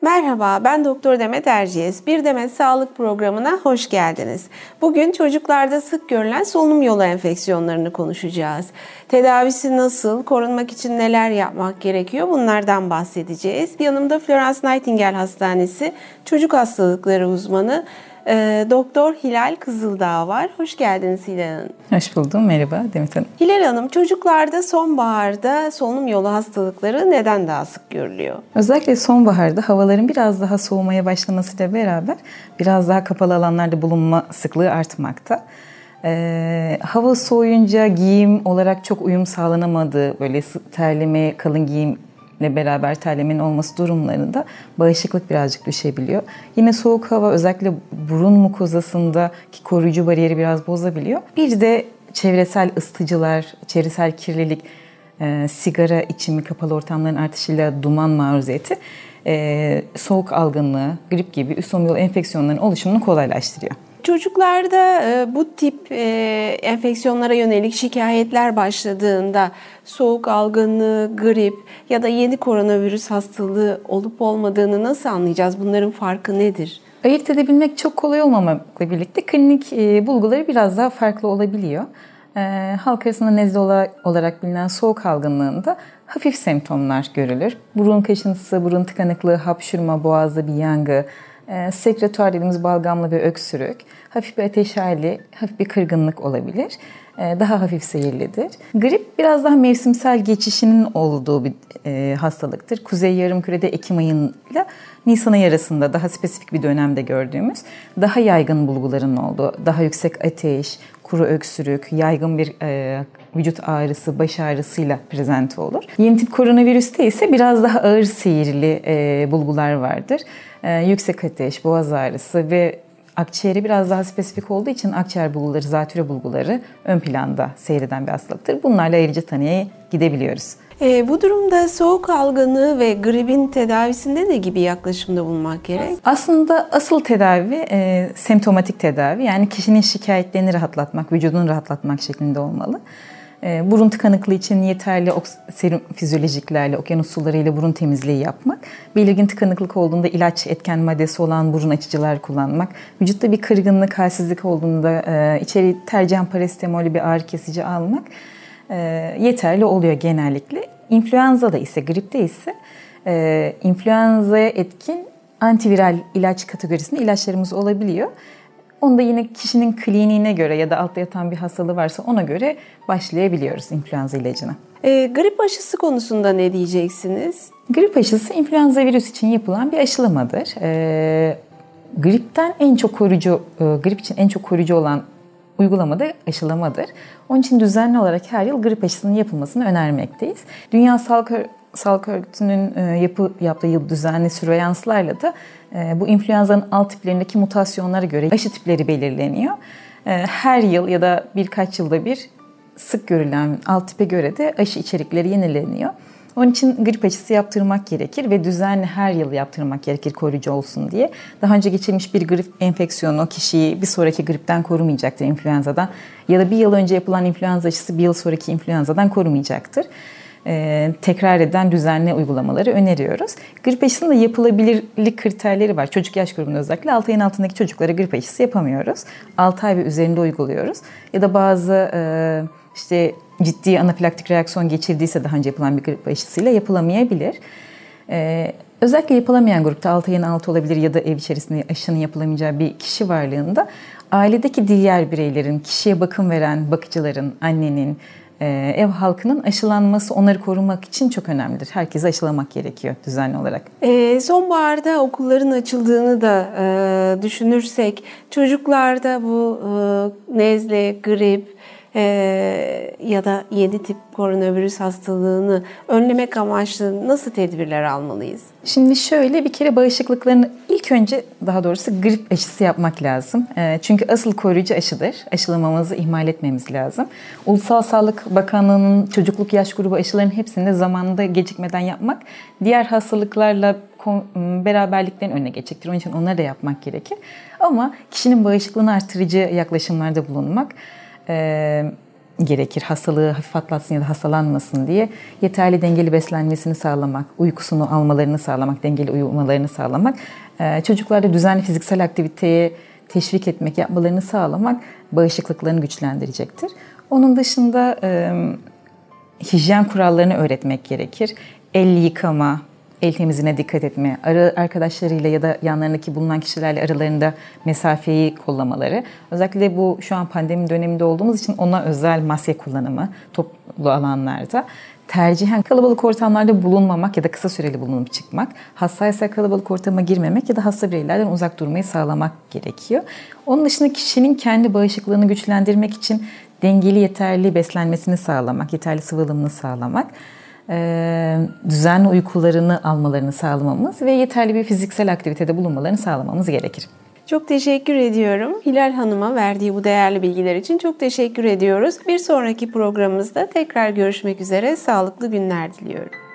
Merhaba, ben Doktor Demet Erciyes. Bir Demet Sağlık programına hoş geldiniz. Bugün çocuklarda sık görülen solunum yolu enfeksiyonlarını konuşacağız. Tedavisi nasıl, korunmak için neler yapmak gerekiyor bunlardan bahsedeceğiz. Yanımda Florence Nightingale Hastanesi Çocuk Hastalıkları Uzmanı Doktor Hilal Kızıldağ var. Hoş geldiniz Hilal Hanım. Hoş buldum. Merhaba Demet Hanım. Hilal Hanım, çocuklarda sonbaharda solunum yolu hastalıkları neden daha sık görülüyor? Özellikle sonbaharda havaların biraz daha soğumaya başlamasıyla beraber biraz daha kapalı alanlarda bulunma sıklığı artmakta. Hava soğuyunca giyim olarak çok uyum sağlanamadığı, böyle terleme, kalın giyimle beraber terlemenin olması durumlarında bağışıklık birazcık düşebiliyor. Yine soğuk hava özellikle burun mukozasındaki koruyucu bariyeri biraz bozabiliyor. Bir de çevresel ısıtıcılar, çevresel kirlilik, sigara içimi, kapalı ortamların artışıyla duman maruziyeti soğuk algınlığı, grip gibi üst solunum yolu enfeksiyonlarının oluşumunu kolaylaştırıyor. Çocuklarda bu tip enfeksiyonlara yönelik şikayetler başladığında soğuk algınlığı, grip ya da yeni koronavirüs hastalığı olup olmadığını nasıl anlayacağız? Bunların farkı nedir? Ayırt edebilmek çok kolay olmamakla birlikte klinik bulguları biraz daha farklı olabiliyor. Halk arasında nezle olarak bilinen soğuk algınlığında hafif semptomlar görülür. Burun kaşıntısı, burun tıkanıklığı, hapşurma, boğazda bir yangı, sekretuar dediğimiz balgamlı bir öksürük, hafif bir ateş hali, hafif bir kırgınlık olabilir. Daha hafif seyirlidir. Grip biraz daha mevsimsel geçişinin olduğu bir hastalıktır. Kuzey Yarımküre'de Ekim ayıyla Nisan ayı arasında daha spesifik bir dönemde gördüğümüz daha yaygın bulguların olduğu, daha yüksek ateş, kuru öksürük, yaygın bir vücut ağrısı, baş ağrısıyla prezente olur. Yeni tip koronavirüste ise biraz daha ağır seyirli bulgular vardır. Yüksek ateş, boğaz ağrısı ve akciğeri biraz daha spesifik olduğu için akciğer bulguları, zatürre bulguları ön planda seyreden bir hastalıktır. Bunlarla ayrıca tanıya gidebiliyoruz. Bu durumda soğuk algınlığı ve gripin tedavisinde ne gibi yaklaşımda bulunmak gerek? Aslında asıl tedavi semptomatik tedavi. Yani kişinin şikayetlerini rahatlatmak, vücudunu rahatlatmak şeklinde olmalı. Burun tıkanıklığı için yeterli serum fizyolojiklerle, okyanus sularıyla burun temizliği yapmak. Belirgin tıkanıklık olduğunda ilaç etken maddesi olan burun açıcılar kullanmak. Vücutta bir kırgınlık, halsizlik olduğunda içeri tercihen parasetamolü bir ağrı kesici almak yeterli oluyor genellikle. İnfluenza'da ise, gripte ise influenza'ya etkin antiviral ilaç kategorisinde ilaçlarımız olabiliyor. Onu da yine kişinin kliniğine göre ya da altta yatan bir hastalığı varsa ona göre başlayabiliyoruz influenza ilacına. Grip aşısı konusunda ne diyeceksiniz? Grip aşısı influenza virüs için yapılan bir aşılamadır. Gripten en çok koruyucu, grip için en çok koruyucu olan uygulama da aşılamadır. Onun için düzenli olarak her yıl grip aşısının yapılmasını önermekteyiz. Dünya Sağlık Örgütü'nün yaptığı düzenli sürveyanslarla da bu influenza'nın alt tiplerindeki mutasyonlara göre aşı tipleri belirleniyor. Her yıl ya da birkaç yılda bir sık görülen alt tipe göre de aşı içerikleri yenileniyor. Onun için grip aşısı yaptırmak gerekir ve düzenli her yıl yaptırmak gerekir koruyucu olsun diye. Daha önce geçirmiş bir grip enfeksiyonu kişiyi bir sonraki gripten korumayacaktır, influenza'dan. Ya da bir yıl önce yapılan influenza aşısı bir yıl sonraki influenza'dan korumayacaktır. Tekrar eden düzenli uygulamaları öneriyoruz. Grip aşısının da yapılabilirlik kriterleri var. Çocuk yaş grubunda özellikle 6 ayın altındaki çocuklara grip aşısı yapamıyoruz. 6 ay ve üzerinde uyguluyoruz. Ya da bazı ciddi anafilaktik reaksiyon geçirdiyse daha önce yapılan bir grip aşısıyla yapılamayabilir. Özellikle yapılamayan grupta 6 ayın altı olabilir ya da ev içerisinde aşının yapılamayacağı bir kişi varlığında ailedeki diğer bireylerin, kişiye bakım veren bakıcıların, annenin, ev halkının aşılanması onları korumak için çok önemlidir. Herkese aşılamak gerekiyor düzenli olarak. Sonbaharda okulların açıldığını da düşünürsek çocuklarda bu nezle, grip ya da yeni tip koronavirüs hastalığını önlemek amaçlı nasıl tedbirler almalıyız? Şimdi şöyle bir kere bağışıklıklarını ilk önce daha doğrusu grip aşısı yapmak lazım. Çünkü asıl koruyucu aşıdır. Aşılamamızı ihmal etmemiz lazım. Ulusal Sağlık Bakanlığı'nın çocukluk yaş grubu aşılarının hepsini de zamanında gecikmeden yapmak diğer hastalıklarla beraberliklerin önüne geçecektir. Onun için onları da yapmak gerekir. Ama kişinin bağışıklığını artırıcı yaklaşımlarda bulunmak, gerekir. Hastalığı hafif atlatsın ya da hastalanmasın diye yeterli dengeli beslenmesini sağlamak, uykusunu almalarını sağlamak, dengeli uyumalarını sağlamak, çocuklarda düzenli fiziksel aktiviteye teşvik etmek, yapmalarını sağlamak bağışıklıklarını güçlendirecektir. Onun dışında hijyen kurallarını öğretmek gerekir. El yıkama, el temizliğine dikkat etme, arkadaşlarıyla ya da yanlarındaki bulunan kişilerle aralarında mesafeyi kollamaları. Özellikle bu şu an pandemi döneminde olduğumuz için ona özel maske kullanımı toplu alanlarda. Tercihen kalabalık ortamlarda bulunmamak ya da kısa süreli bulunup çıkmak. Hastaysa kalabalık ortama girmemek ya da hasta bireylerden uzak durmayı sağlamak gerekiyor. Onun dışında kişinin kendi bağışıklığını güçlendirmek için dengeli, yeterli beslenmesini sağlamak, yeterli sıvı alımını sağlamak, düzenli uykularını almalarını sağlamamız ve yeterli bir fiziksel aktivitede bulunmalarını sağlamamız gerekir. Çok teşekkür ediyorum. Hilal Hanım'a verdiği bu değerli bilgiler için çok teşekkür ediyoruz. Bir sonraki programımızda tekrar görüşmek üzere. Sağlıklı günler diliyorum.